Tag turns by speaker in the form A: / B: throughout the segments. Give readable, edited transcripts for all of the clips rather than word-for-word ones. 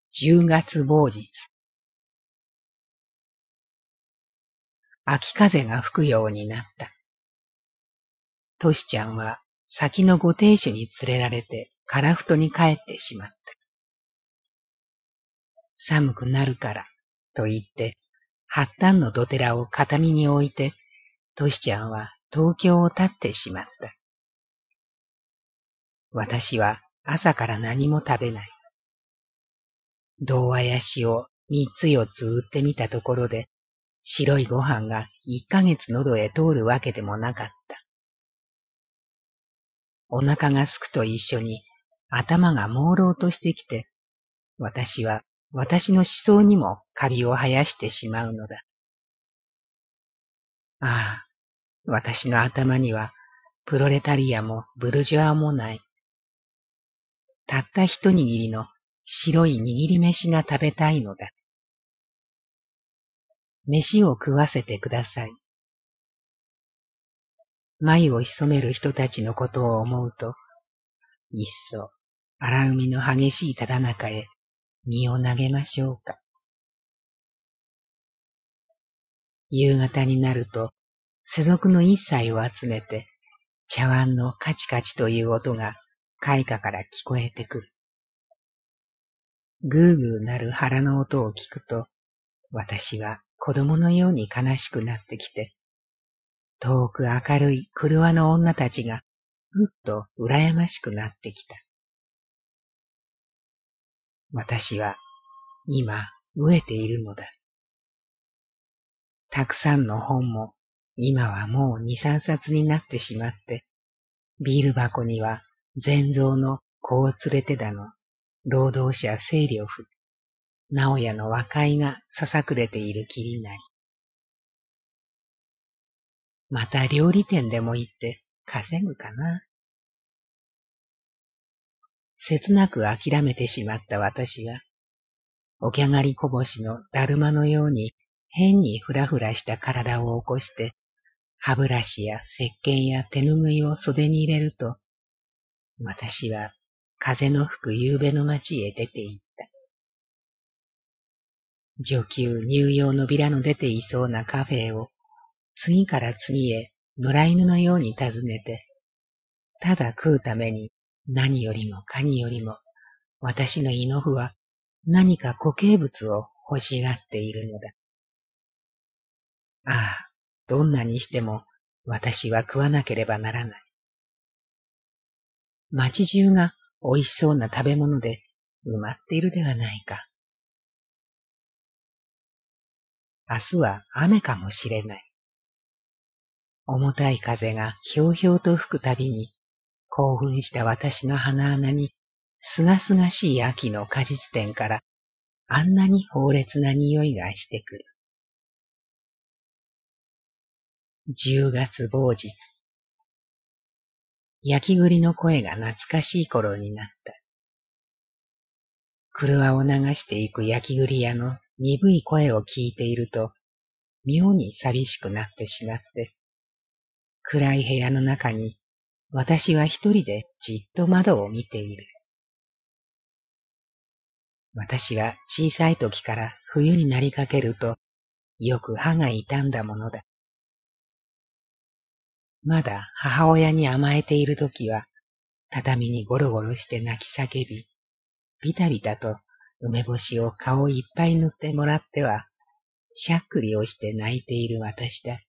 A: 10月某日。秋風が吹くようになった。トシちゃんは先のご亭主に連れられて樺太に帰ってしまった。寒くなるからと言って八反のどてらを片身に置いてトシちゃんは東京を立ってしまった。私は朝から何も食べない。童話や詩を3つ4つ売ってみたところで白いご飯が1ヶ月喉へ通るわけでもなかった。お腹がすくと一緒に頭が朦朧としてきて、私は私の思想にもカビを生やしてしまうのだ。ああ、私の頭にはプロレタリアもブルジョアもない。たった一握りの白い握り飯が食べたいのだ。飯を食わせてください。眉を潜める人たちのことを思うと、いっそ荒海の激しいただ中へ身を投げましょうか。夕方になると世俗の一切を集めて茶碗のカチカチという音が開花から聞こえてくる。グーグーなる腹の音を聞くと、私は子供のように悲しくなってきて、遠く明るい廓の女たちがぐっと羨ましくなってきた。私は今飢えているのだ。たくさんの本も今はもう2、3冊になってしまって、ビール箱には全蔵の子を連れてだの、労働者清涼夫、直哉の和解がささくれているきりない。また料理店でも行って稼ぐかな。切なく諦めてしまった私は、起き上がりこぼしのだるまのように変にふらふらした体を起こして、歯ブラシや石鹸や手ぬぐいを袖に入れると、私は風の吹く夕べの街へ出て行った。女給乳用のビラの出ていそうなカフェを次から次へ野良犬のように訪ねて、ただ食うために何よりもかによりも私の胃の腑は何か固形物を欲しがっているのだ。ああ、どんなにしても私は食わなければならない。街中が美味しそうな食べ物で埋まっているではないか。明日は雨かもしれない。重たい風がひょうひょうと吹くたびに、興奮した私の鼻穴に、すがすがしい秋の果実店からあんなに猛烈な匂いがしてくる。10月某日。焼き栗の声が懐かしい頃になった。車を流していく焼き栗屋の鈍い声を聞いていると、妙に寂しくなってしまって、暗い部屋の中に私は一人でじっと窓を見ている。私は小さい時から冬になりかけるとよく歯が痛んだものだ。まだ母親に甘えている時は畳にゴロゴロして泣き叫び、ビタビタと梅干しを顔いっぱい塗ってもらってはしゃっくりをして泣いている私だった。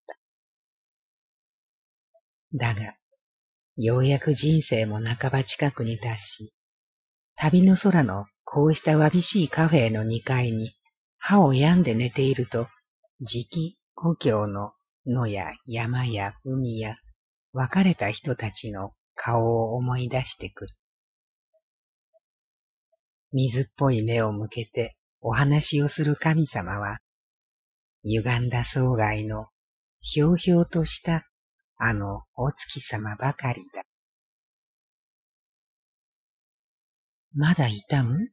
A: だが、ようやく人生も半ば近くに達し、旅の空のこうしたわびしいカフェの2階に歯を病んで寝ていると、じき故郷の野や山や海や別れた人たちの顔を思い出してくる。水っぽい目を向けてお話をする神様は、歪んだ総外のひょうひょうとしたあのお月様ばかりだ。まだ痛む？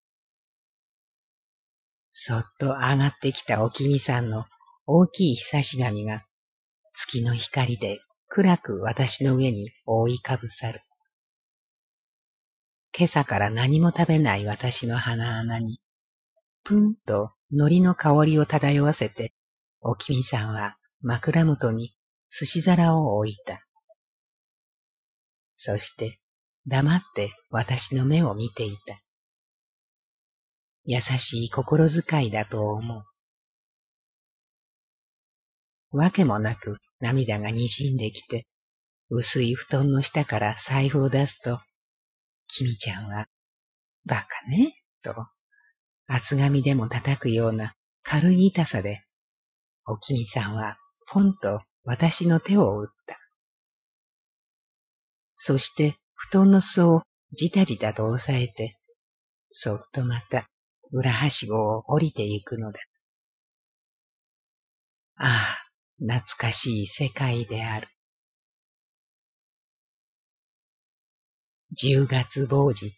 A: そっと上がってきたおきみさんの大きいひさし紙が月の光で暗く私の上に覆いかぶさる。今朝から何も食べない私の鼻穴にぷんと海苔の香りを漂わせて、おきみさんは枕元に寿司皿を置いた。そして黙って私の目を見ていた。優しい心遣いだと思う。わけもなく涙が滲んできて、薄い布団の下から財布を出すと、君ちゃんは、バカね、と、厚紙でも叩くような軽い痛さで、おきみさんはポンと私の手を打った。そして布団の裾をじたじたと押さえて、そっとまた裏はしごを降りてゆくのだ。ああ、懐かしい世界である。10月某日。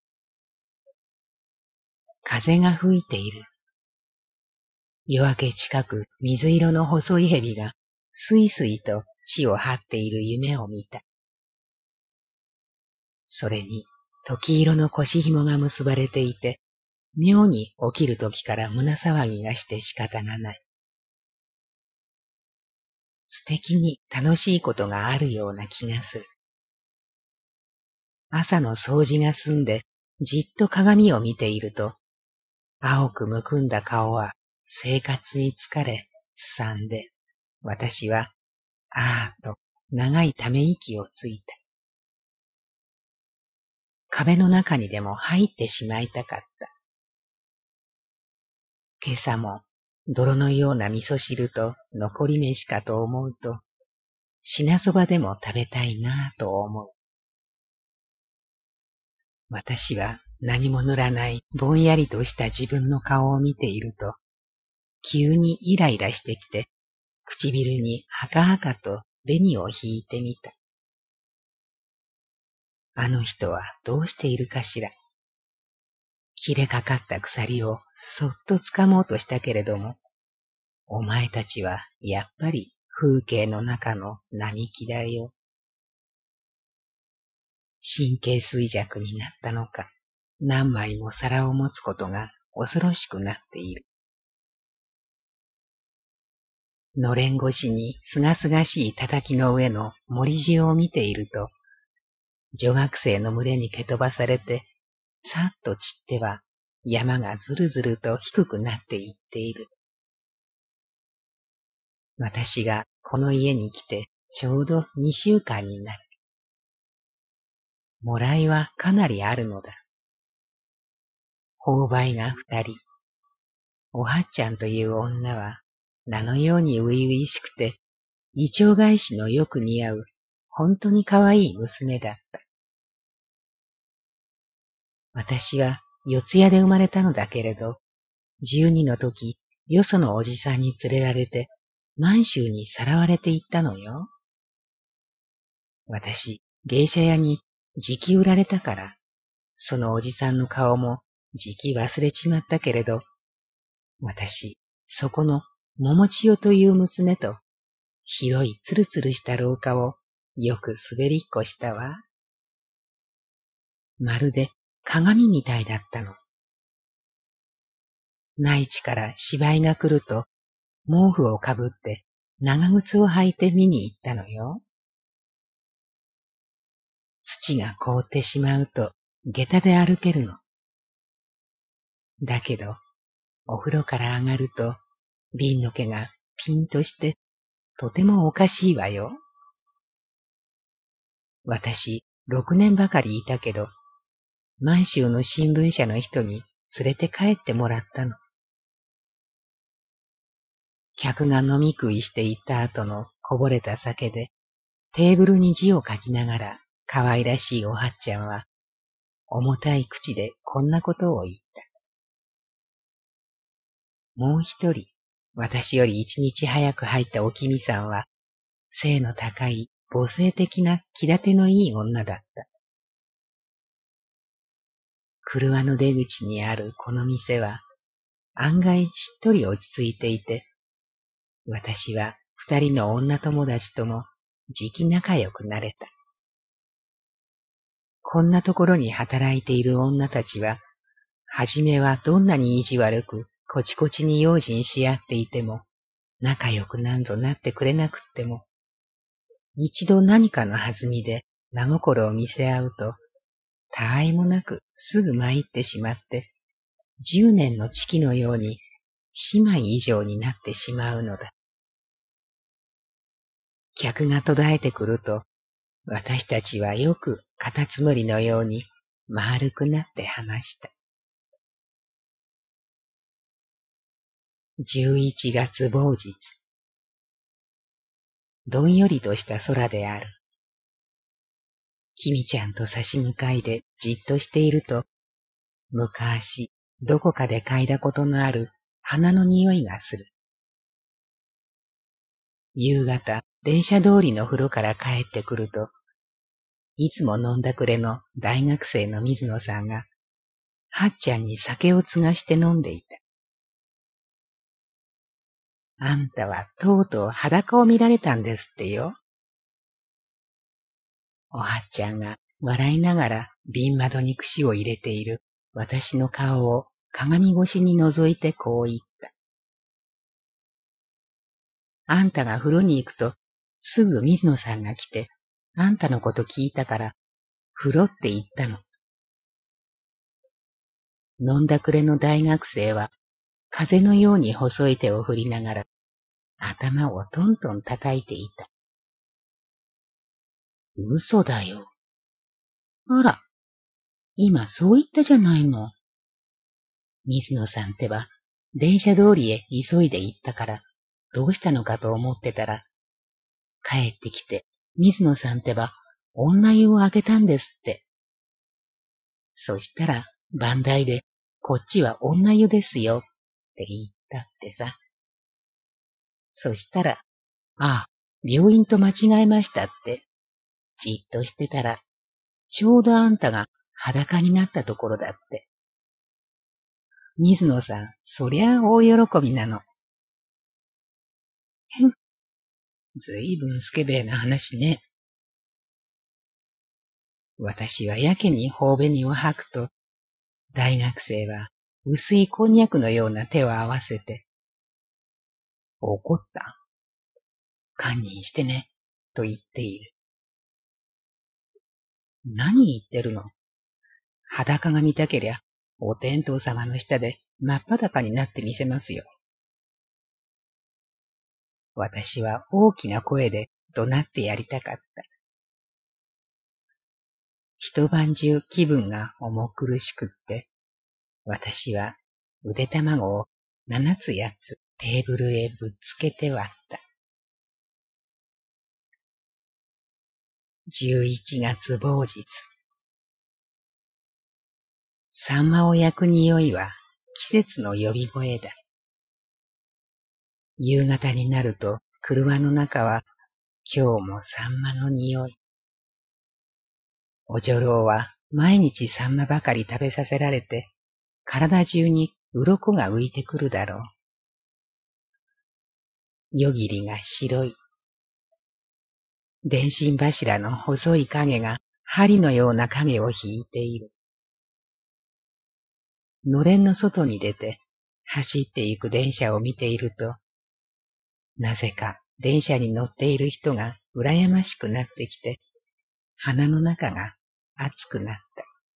A: 風が吹いている。夜明け近く水色の細い蛇がすいすいと地を張っている夢を見た。それに時色の腰紐が結ばれていて、妙に起きる時から胸騒ぎがして仕方がない。素敵に楽しいことがあるような気がする。朝の掃除が済んでじっと鏡を見ていると、青くむくんだ顔は生活に疲れ、すさんで、私は、ああと長いため息をついた。壁の中にでも入ってしまいたかった。今朝も泥のような味噌汁と残り飯かと思うと、品そばでも食べたいなぁと思う。私は何も塗らないぼんやりとした自分の顔を見ていると、急にイライラしてきて、唇にはかはかと紅を引いてみた。あの人はどうしているかしら。切れかかった鎖をそっと掴もうとしたけれども、お前たちはやっぱり風景の中の並木だよ。神経衰弱になったのか、何枚も皿を持つことが恐ろしくなっている。のれん越しにすがすがしい叩の上の森塩を見ていると、女学生の群れに蹴飛ばされて、さっと散っては山がずるずると低くなっていっている。私がこの家に来てちょうど2週間になる。もらいはかなりあるのだ。購買が2人。おはっちゃんという女は名のように初々しくて、イチョウ返しのよく似合う、本当に可愛い娘だった。私は四谷で生まれたのだけれど、12の時、よそのおじさんに連れられて、満州にさらわれて行ったのよ。私、芸者屋にじき売られたから、そのおじさんの顔もじき忘れちまったけれど、私、そこの桃千代という娘と、広いつるつるした廊下をよく滑りっこしたわ。まるで鏡みたいだったの。内地から芝居が来ると、毛布をかぶって長靴を履いて見に行ったのよ。土が凍ってしまうと下駄で歩けるの。だけど、お風呂から上がると瓶の毛がピンとしてとてもおかしいわよ。私、6年ばかりいたけど、満州の新聞社の人に連れて帰ってもらったの。客が飲み食いしていった後のこぼれた酒で、テーブルに字を書きながら、可愛らしいおはっちゃんは、重たい口でこんなことを言った。もう一人、私より一日早く入ったおきみさんは、背の高い母性的な気立てのいい女だった。車の出口にあるこの店は、案外しっとり落ち着いていて、私は二人の女友達ともじき仲良くなれた。こんなところに働いている女たちは、 はじめはどんなに意地悪く、こちこちに用心し合っていても、仲良くなんぞなってくれなくっても、一度何かの弾みで真心を見せ合うと、他愛もなくすぐ参ってしまって、10年の月のように姉妹以上になってしまうのだ。客が途絶えてくると、私たちはよくカタツムリのように丸くなって話した。11月某日。どんよりとした空である。君ちゃんと差し向かいでじっとしていると、昔どこかで嗅いだことのある花の匂いがする。夕方、電車通りの風呂から帰ってくると、いつも飲んだくれの大学生の水野さんが、はっちゃんに酒を継がして飲んでいた。あんたはとうとう裸を見られたんですってよ。おはっちゃんが笑いながら瓶窓に櫛を入れている私の顔を鏡越しに覗いてこう言った。あんたが風呂に行くとすぐ水野さんが来て、あんたのこと聞いたから、風呂って言ったの。飲んだくれの大学生は風のように細い手を振りながら頭をトントン叩いていた。嘘だよ。あら、今そう言ったじゃないの。水野さんってば、電車通りへ急いで行ったから、どうしたのかと思ってたら、帰ってきて、水野さんってば、女湯を開けたんですって。そしたら、番台で、こっちは女湯ですよ、って言ったってさ。そしたら、ああ、病院と間違えましたって、じっとしてたら、ちょうどあんたが裸になったところだって。水野さん、そりゃ大喜びなの。へん、ずいぶんスケベな話ね。私はやけに頬紅を吐くと、大学生は薄いこんにゃくのような手を合わせて、怒った。堪忍してね、と言っている。何言ってるの。裸が見たけりゃ、お天道様の下で真っ裸になってみせますよ。私は大きな声で怒鳴ってやりたかった。一晩中気分が重苦しくって、私はうで卵を7つ8つテーブルへぶっつけて割った。11月某日。サンマを焼く匂いは季節の呼び声だ。夕方になると車の中は今日もサンマの匂い。お女郎は毎日サンマばかり食べさせられて、体中に鱗が浮いてくるだろう。夜霧が白い。電信柱の細い影が針のような影を引いている。のれんの外に出て走っていく電車を見ていると、なぜか電車に乗っている人が羨ましくなってきて、鼻の中が熱くなった。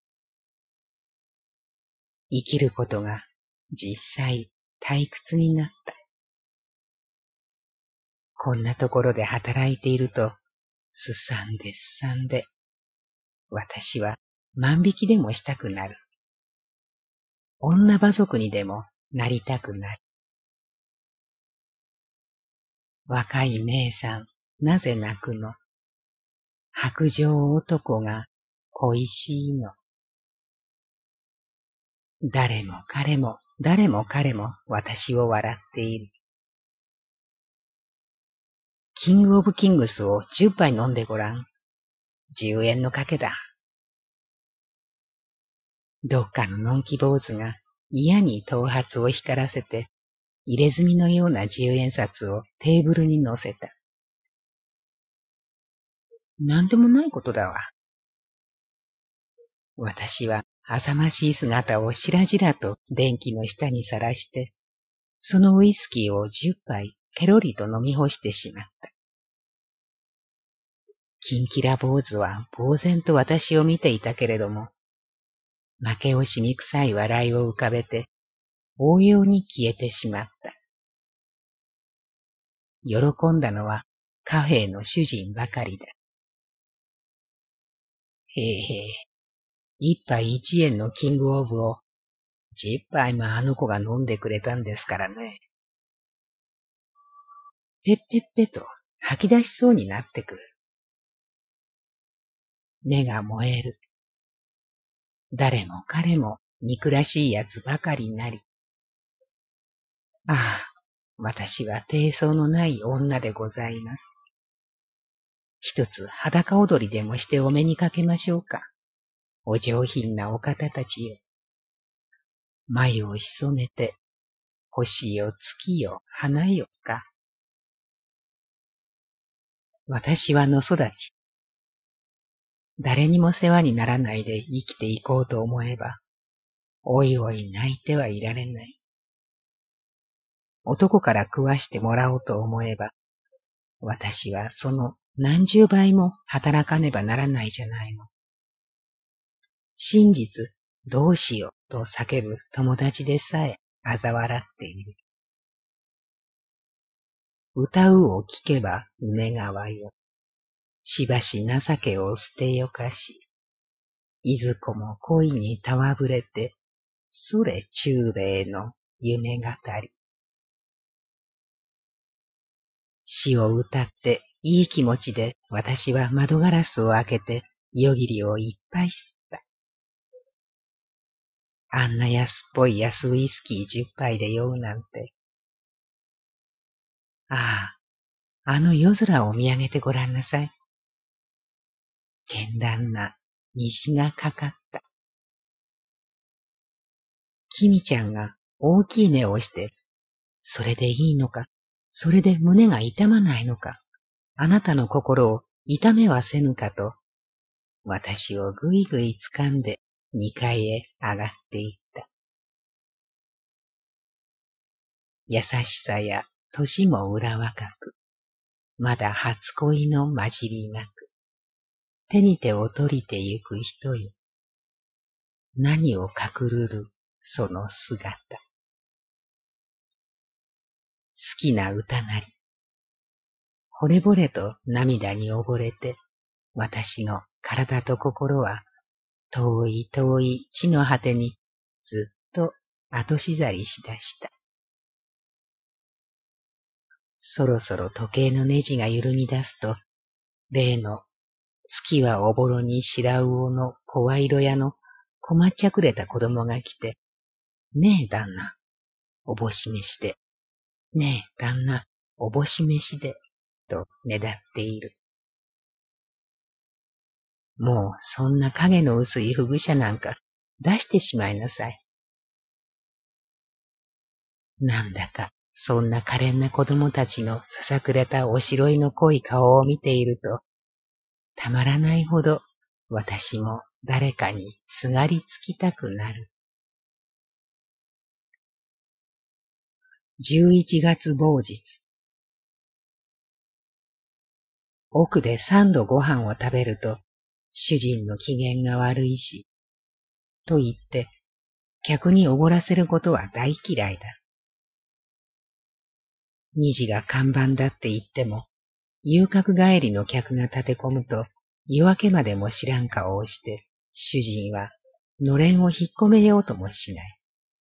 A: 生きることが実際退屈になった。こんなところで働いていると、すさんですさんで、私は万引きでもしたくなる。女馬族にでもなりたくなる。若い姉さん、なぜ泣くの。白状男が恋しいの。誰も彼も私を笑っている。キングオブキングスを10杯飲んでごらん。10円の賭けだ。どっかののんき坊主が嫌に頭髪を光らせて、入れ墨のような10円札をテーブルに乗せた。なんでもないことだわ。私は浅ましい姿をしらじらと電気の下にさらして、そのウイスキーを10杯ケロリと飲み干してしまった。キンキラ坊主は呆然と私を見ていたけれども、負け惜しみ臭い笑いを浮かべて、応用に消えてしまった。喜んだのはカフェの主人ばかりだ。へえへえ、一杯1円のキングオブを10杯もあの子が飲んでくれたんですからね。ペッペッペと吐き出しそうになってくる。目が燃える。誰も彼も憎らしいやつばかりなり。ああ、私は低層のない女でございます。一つ裸踊りでもしてお目にかけましょうか。お上品なお方たちよ。眉を潜めて、星よ月よ花よか。私はの育ち。誰にも世話にならないで生きていこうと思えば、おいおい泣いてはいられない。男から食わしてもらおうと思えば、私はその何十倍も働かねばならないじゃないの。真実、どうしようと叫ぶ友達でさえ嘲笑っている。歌うを聞けば梅川よ。しばし情けを捨てよかし。いずこも恋にたわぶれて、それ中兵衛の夢語り。詩を歌っていい気持ちで私は窓ガラスを開けて夜霧をいっぱい吸った。あんな安っぽい安ウイスキー10杯で酔うなんて。ああ、あの夜空を見上げてごらんなさい。絢爛な虹がかかった。きみちゃんが大きい目をして、それでいいのか、それで胸が痛まないのか、あなたの心を痛めはせぬかと、私をぐいぐい掴んで2階へ上がっていった。優しさや年も裏若く、まだ初恋の混じりなく、手に手を取りてゆく人よ。何をかくるるその姿。好きな歌なり。惚れ惚れと涙に溺れて、私の体と心は遠い遠い地の果てにずっと後しざりしだした。そろそろ時計のネジが緩み出すと、例の月はおぼろに白魚の声色屋の困っちゃくれた子供が来て、ねえ旦那、おぼし飯で、ねえ旦那、おぼし飯で、とねだっている。もうそんな影の薄いフグ車なんか出してしまいなさい。なんだかそんな可憐な子供たちのささくれたおしろいの濃い顔を見ていると、たまらないほど私も誰かにすがりつきたくなる。11月某日。奥で3度ご飯を食べると、主人の機嫌が悪いし、と言って、客におごらせることは大嫌いだ。2時が看板だって言っても、遊郭帰りの客が立て込むと、夜明けまでも知らん顔をして、主人はのれんを引っ込めようともしない。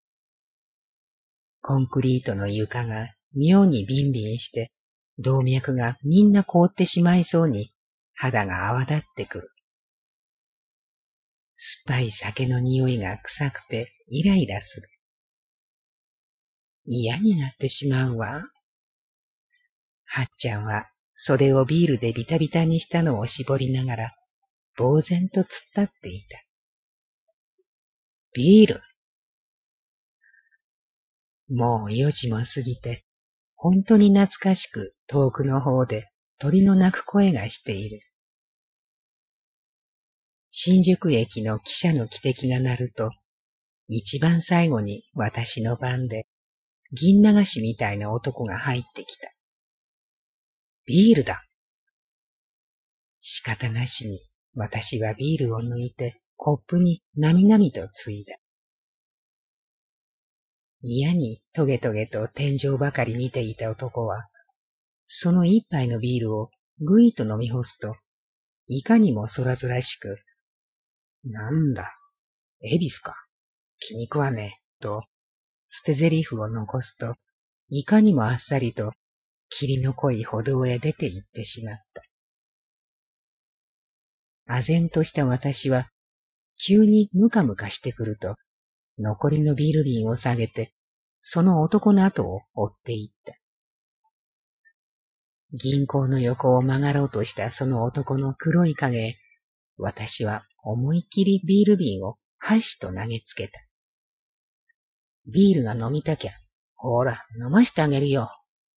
A: コンクリートの床が妙にビンビンして、動脈がみんな凍ってしまいそうに、肌が泡立ってくる。酸っぱい酒の匂いが臭くてイライラする。嫌になってしまうわ。はっちゃんは袖をビールでビタビタにしたのを絞りながら、呆然と突っ立っていた。ビール。もう4時も過ぎて、本当に懐かしく遠くの方で鳥の鳴く声がしている。 新宿駅の汽車の汽笛が鳴ると、一番最後に私の番で、銀流しみたいな男が入ってきた。ビールだ。仕方なしに私はビールを抜いてコップになみなみとついだ。嫌にトゲトゲと天井ばかり見ていた男は、その一杯のビールをぐいと飲み干すと、いかにも空々しく、なんだ、恵比寿か、気に食わねえ、と、捨て台詞を残すと、いかにもあっさりと、霧の濃い歩道へ出て行ってしまった。唖然とした私は、急にムカムカしてくると、残りのビール瓶を下げて、その男の後を追っていった。銀行の横を曲がろうとしたその男の黒い影へ、私は思いっきりビール瓶を箸と投げつけた。ビールが飲みたきゃ、ほら、飲ましてあげるよ。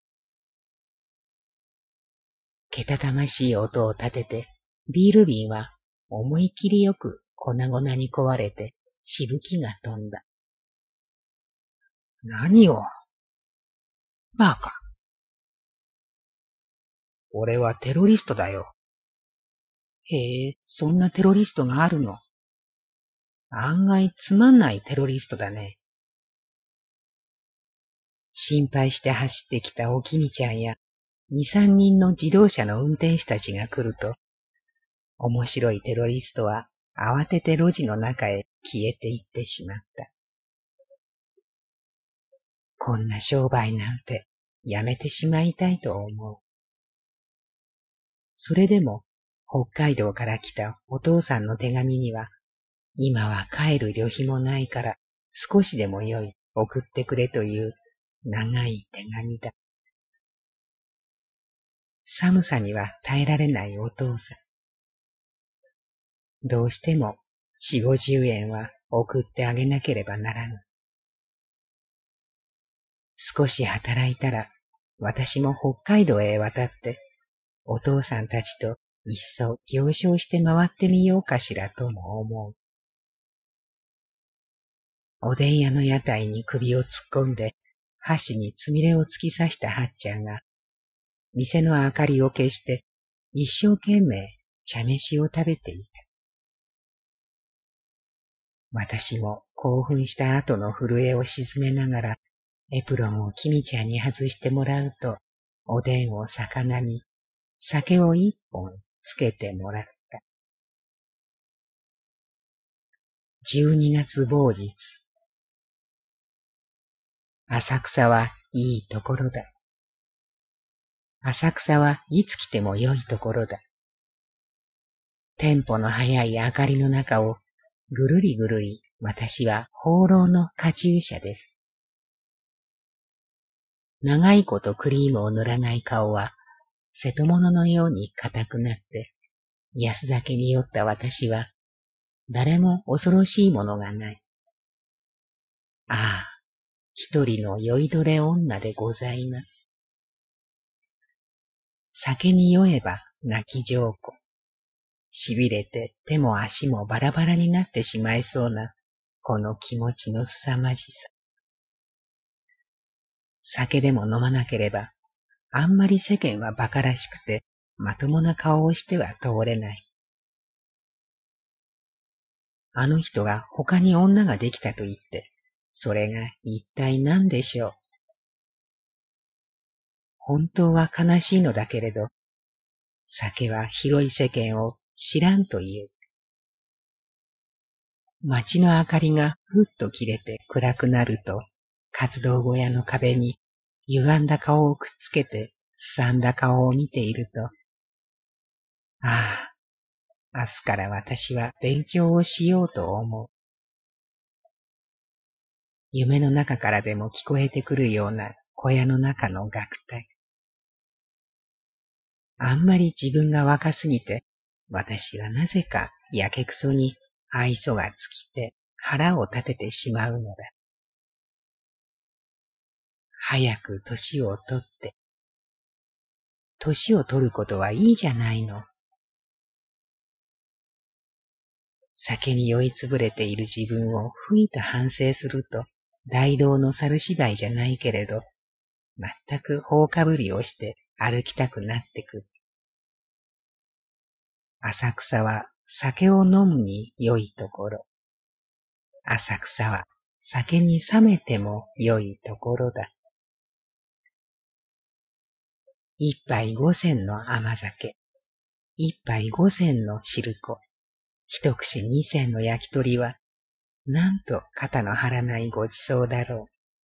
A: けたたましい音を立てて、ビール瓶は思いっきりよく粉々に壊れて、しぶきが飛んだ。何を。バカ。俺はテロリストだよ。へえ、そんなテロリストがあるの。案外つまんないテロリストだね。心配して走ってきたおきみちゃんや2、3人の自動車の運転手たちが来ると、面白いテロリストは慌てて路地の中へ消えていってしまった。こんな商売なんてやめてしまいたいと思う。それでも北海道から来たお父さんの手紙には、今は帰る旅費もないから少しでもよい送ってくれという長い手紙だ。寒さには耐えられないお父さん。どうしても4、50円は送ってあげなければならぬ。少し働いたら私も北海道へ渡ってお父さんたちといっそ行商して回ってみようかしらとも思う。おでん屋の屋台に首を突っ込んで箸につみれを突き刺したはっちゃんが店の明かりを消して一生懸命茶飯を食べていた。私も興奮した後の震えを沈めながらエプロンをきみちゃんに外してもらうと、おでんを魚に酒を一本つけてもらった。12月某日。浅草はいいところだ。浅草はいつ来ても良いところだ。テンポの速い明かりの中をぐるりぐるり私は放浪のカチューシャです。長いことクリームを塗らない顔は瀬戸物のように硬くなって安酒に酔った私は誰も恐ろしいものがない。ああ、一人の酔いどれ女でございます。酒に酔えば泣き上戸。痺れて手も足もバラバラになってしまいそうな、この気持ちの凄まじさ。酒でも飲まなければ、あんまり世間は馬鹿らしくて、まともな顔をしては通れない。あの人が他に女ができたと言って、それが一体何でしょう。本当は悲しいのだけれど、酒は広い世間を知らんという。街の明かりがふっと切れて暗くなると、活動小屋の壁に歪んだ顔をくっつけてすさんだ顔を見ていると、ああ、明日から私は勉強をしようと思う。夢の中からでも聞こえてくるような小屋の中の楽隊。あんまり自分が若すぎて、私はなぜかやけくそに愛想が尽きて腹を立ててしまうのだ。早く年を取って、年を取ることはいいじゃないの。 酒に酔いつぶれている自分をふいと反省すると、大道の猿芝居じゃないけれど、全く頬かぶりをして歩きたくなってくる。浅草は酒を飲むに良いところ。浅草は酒に冷めても良いところだ。一杯五銭の甘酒、一杯五銭の汁粉、一口二銭の焼き鳥は、なんと肩の張らないごちそうだろう。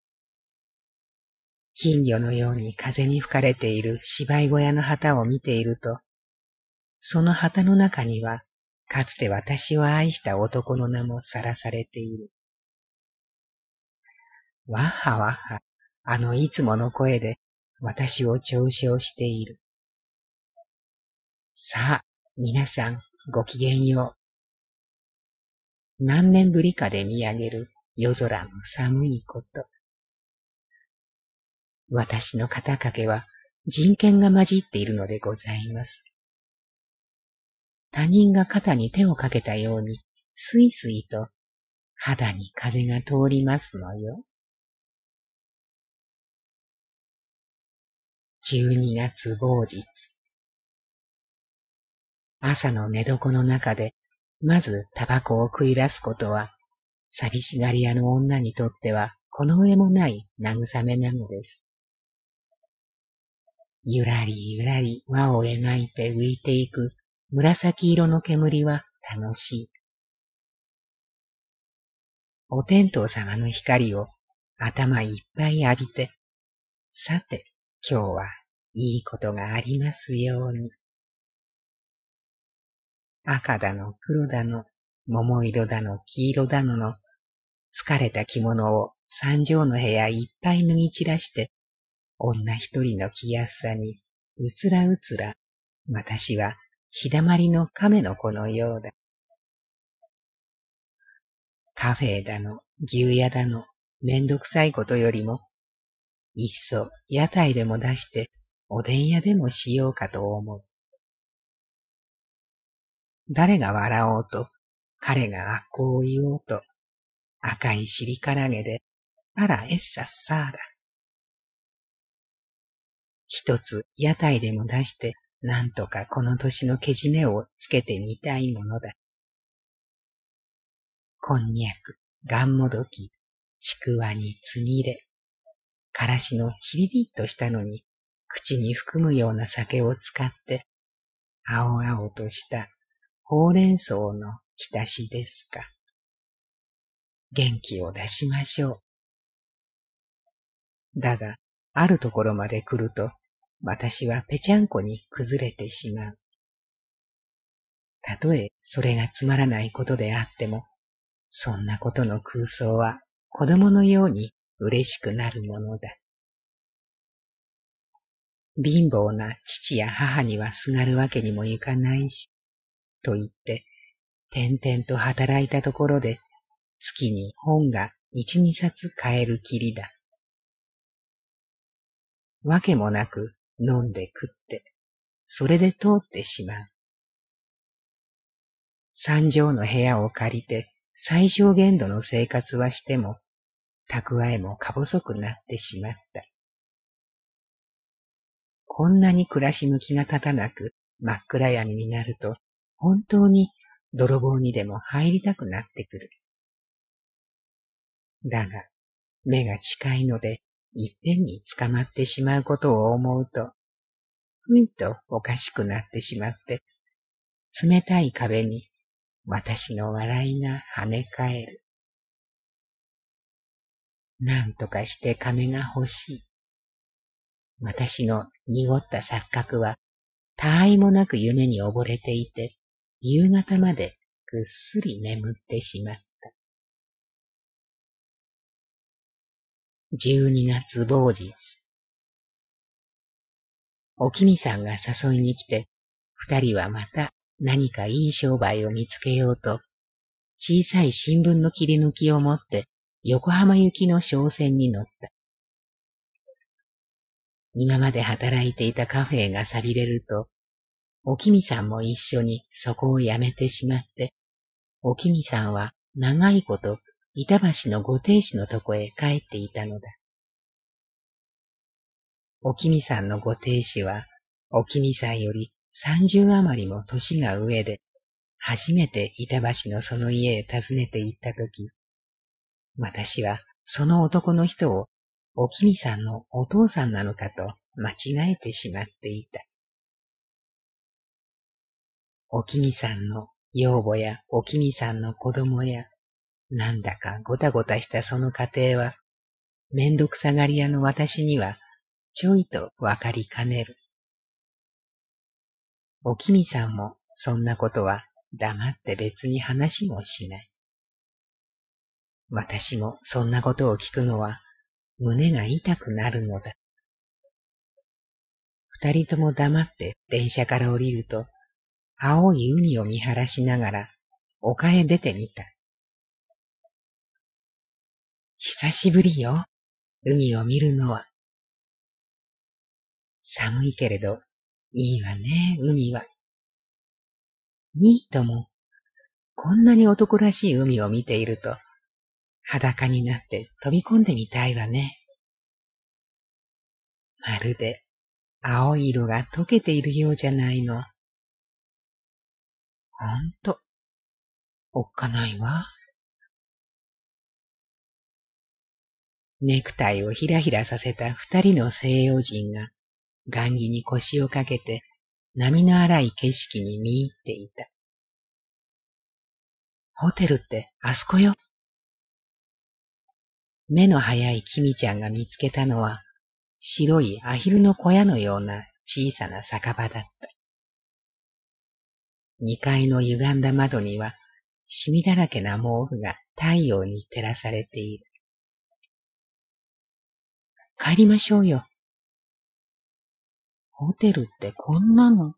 A: 金魚のように風に吹かれている芝居小屋の旗を見ていると、その旗の中には、かつて私を愛した男の名もさらされている。わっはわっは、いつもの声で私を嘲笑している。さあ、皆さん、ごきげんよう。何年ぶりかで見上げる夜空の寒いこと。私の肩掛けは人権が混じっているのでございます。他人が肩に手をかけたように、すいすいと肌に風が通りますのよ。12月某日。朝の寝床の中で、まずタバコを食い出すことは、寂しがり屋の女にとっては、この上もない慰めなのです。ゆらりゆらり輪を描いて浮いていく紫色の煙は楽しい。お天道様の光を頭いっぱい浴びて、さて今日はいいことがありますように。赤だの黒だの桃色だの黄色だのの疲れた着物を三畳の部屋いっぱい脱ぎ散らして、女一人の気安さにうつらうつら、私は日だまりの亀の子のようだ。カフェだの、牛屋だの、めんどくさいことよりも、いっそ屋台でも出しておでん屋でもしようかと思う。誰が笑おうと、彼が悪行を言おうと、赤い尻からげで、あらエッサッサーだ。一つ屋台でも出して、なんとかこの年のけじめをつけてみたいものだ。こんにゃく、がんもどき、ちくわにつみれ、からしのひりりっとしたのに、口に含むような酒を使って、青々としたほうれん草の浸しですか。元気を出しましょう。だが、あるところまで来ると、私はぺちゃんこに崩れてしまう。たとえそれがつまらないことであっても、そんなことの空想は子供のように嬉しくなるものだ。貧乏な父や母にはすがるわけにもいかないし、と言って、転々と働いたところで、月に本が一二冊買えるきりだ。わけもなく飲んで食って、それで通ってしまう。三畳の部屋を借りて最小限度の生活はしても、蓄えもか細くなってしまった。こんなに暮らし向きが立たなく真っ暗闇になると、本当に泥棒にでも入りたくなってくる。だが、目が近いので、いっぺんに捕まってしまうことを思うと、ふいとおかしくなってしまって、冷たい壁に私の笑いが跳ね返る。なんとかして金が欲しい。私の濁った錯覚は、他愛もなく夢に溺れていて、夕方までぐっすり眠ってしまった。12月某日。おきみさんが誘いに来て、二人はまた何かいい商売を見つけようと、小さい新聞の切り抜きを持って横浜行きの商船に乗った。今まで働いていたカフェが寂れると、おきみさんも一緒にそこを辞めてしまって、 おきみさんは長いこと板橋のご亭主のとこへ帰っていたのだ。おきみさんのご亭主は、おきみさんより30余りも年が上で、初めて板橋のその家へ訪ねて行ったとき、私はその男の人をおきみさんのお父さんなのかと間違えてしまっていた。おきみさんの養母やおきみさんの子供や、なんだかごたごたしたその家庭は、めんどくさがり屋の私には、ちょいとわかりかねる。おきみさんもそんなことは黙って別に話もしない。私もそんなことを聞くのは胸が痛くなるのだ。二人とも黙って電車から降りると、青い海を見晴らしながら丘へ出てみた。久しぶりよ、海を見るのは。寒いけれど、いいわね、海は。いいとも、こんなに男らしい海を見ていると、裸になって飛び込んでみたいわね。まるで青い色が溶けているようじゃないの。ほんと、おっかないわ。ネクタイをひらひらさせた二人の西洋人が、雁木に腰をかけて、波の荒い景色に見入っていた。ホテルってあそこよ。目の早いキミちゃんが見つけたのは、白いアヒルの小屋のような小さな酒場だった。二階の歪んだ窓には、シミだらけな毛布が太陽に照らされている。帰りましょうよ。ホテルってこんなの。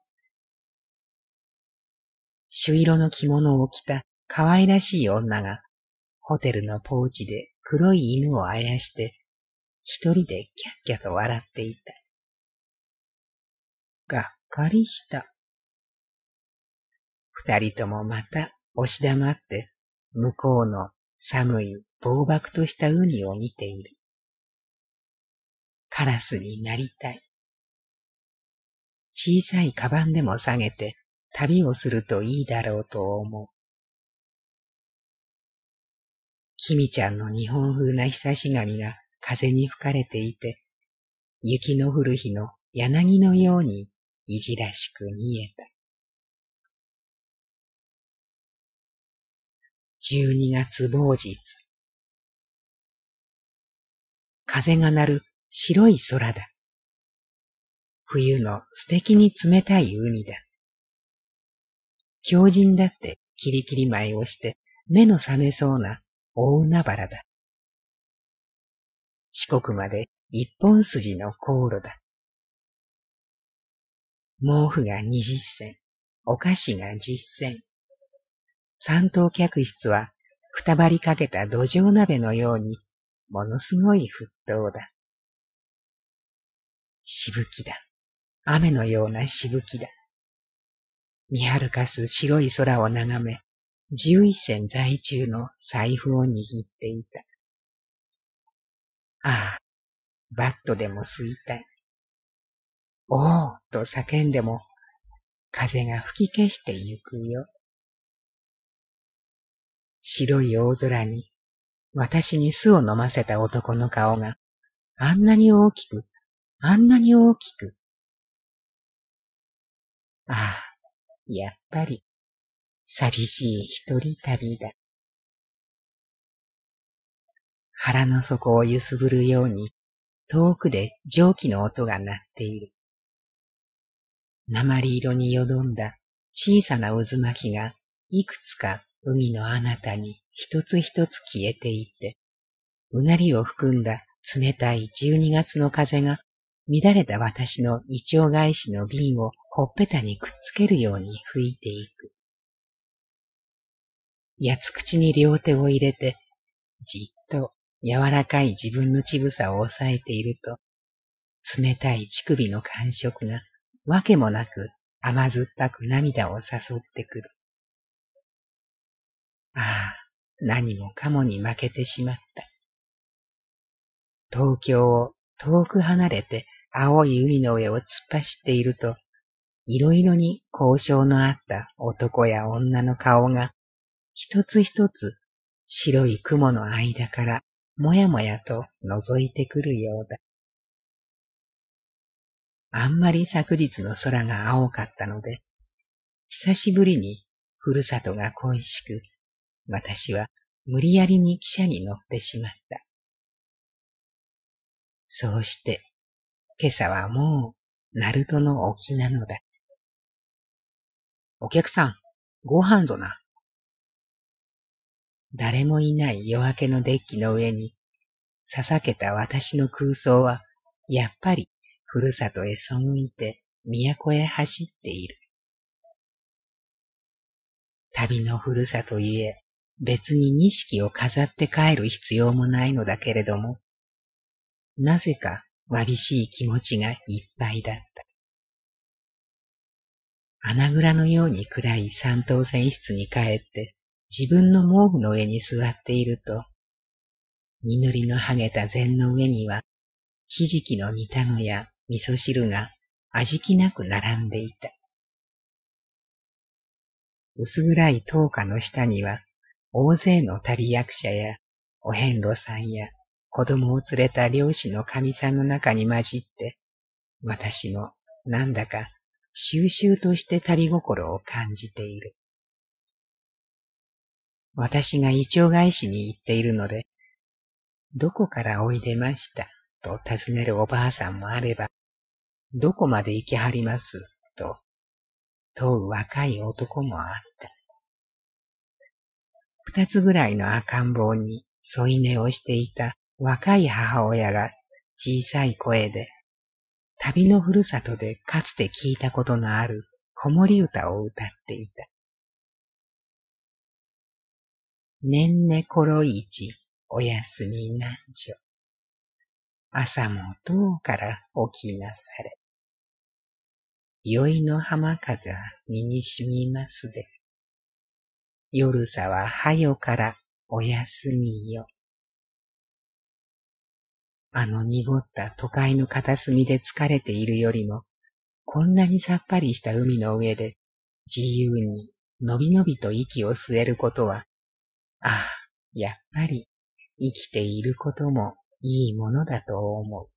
A: 朱色の着物を着た可愛らしい女が、ホテルのポーチで黒い犬をあやして、一人でキャッキャと笑っていた。がっかりした。二人ともまた押し黙って、向こうの寒い暴漠とした海を見ている。カラスになりたい。小さいカバンでも下げて旅をするといいだろうと思う。キミちゃんの日本風な久し髪が風に吹かれていて、雪の降る日の柳のようにいじらしく見えた。12月某日。風が鳴る白い空だ。冬の素敵に冷たい海だ。狂人だってキリキリ舞をして目の覚めそうな大海原だ。四国まで一本筋の航路だ。毛布が20銭、お菓子が10銭。三等客室はくたばりかけた土壌鍋のようにものすごい沸騰だ。しぶきだ。雨のようなしぶきだ。見晴るかす白い空を眺め、11銭在中の財布を握っていた。ああ、バットでも吸いたい。おーと叫んでも、風が吹き消してゆくよ。白い大空に、私に酢を飲ませた男の顔が、あんなに大きく、あんなに大きく。ああ、やっぱり、寂しい一人旅だ。腹の底を揺すぶるように、遠くで蒸気の音が鳴っている。鉛色によどんだ小さな渦巻きがいくつか海の彼方に一つ一つ消えていって、うなりを含んだ冷たい12月の風が乱れた私の胃腸返しの瓶をほっぺたにくっつけるように吹いていく。八つ口に両手を入れて、じっと柔らかい自分の乳房を押さえていると、冷たい乳首の感触がわけもなく甘酸っぱく涙を誘ってくる。 ああ、何もかもに負けてしまった。東京を遠く離れて青い海の上を突っ走っていると、いろいろに交渉のあった男や女の顔が、一つ一つ白い雲の間からもやもやと覗いてくるようだ。あんまり昨日の空が青かったので、久しぶりにふるさとが恋しく、私は無理やりに汽車に乗ってしまった。そうして、今朝はもう、鳴門の沖なのだ。お客さん、ご飯ぞな。誰もいない夜明けのデッキの上に、ささけた私の空想は、やっぱり、ふるさとへ背いて、都へ走っている。旅のふるさとゆえ、別に錦を飾って帰る必要もないのだけれども、なぜかわびしい気持ちがいっぱいだった。穴蔵のように暗い三等船室に帰って、自分の毛布の上に座っていると、実りの剥げた膳の上には、ひじきの煮たのや味噌汁が味気なく並んでいた。薄暗い灯火の下には、大勢の旅役者や、お遍路さんや、子供を連れた漁師の神さんの中に混じって、私もなんだか収々として旅心を感じている。私がイチョウ返しに行っているので、どこからおいでましたと尋ねるおばあさんもあれば、どこまで行きはりますと問う若い男もあった。二つぐらいの赤ん坊に添い寝をしていた若い母親が小さい声で、旅のふるさとでかつて聞いたことのある子守歌を歌っていた。ねんねころいちおやすみなんしょ。朝も遠から起きなされ。宵の浜風は身にしみますで。夜さははよからおやすみよ。あの濁った都会の片隅で疲れているよりも、こんなにさっぱりした海の上で自由にのびのびと息を吸えることは、ああ、やっぱり生きていることもいいものだと思う。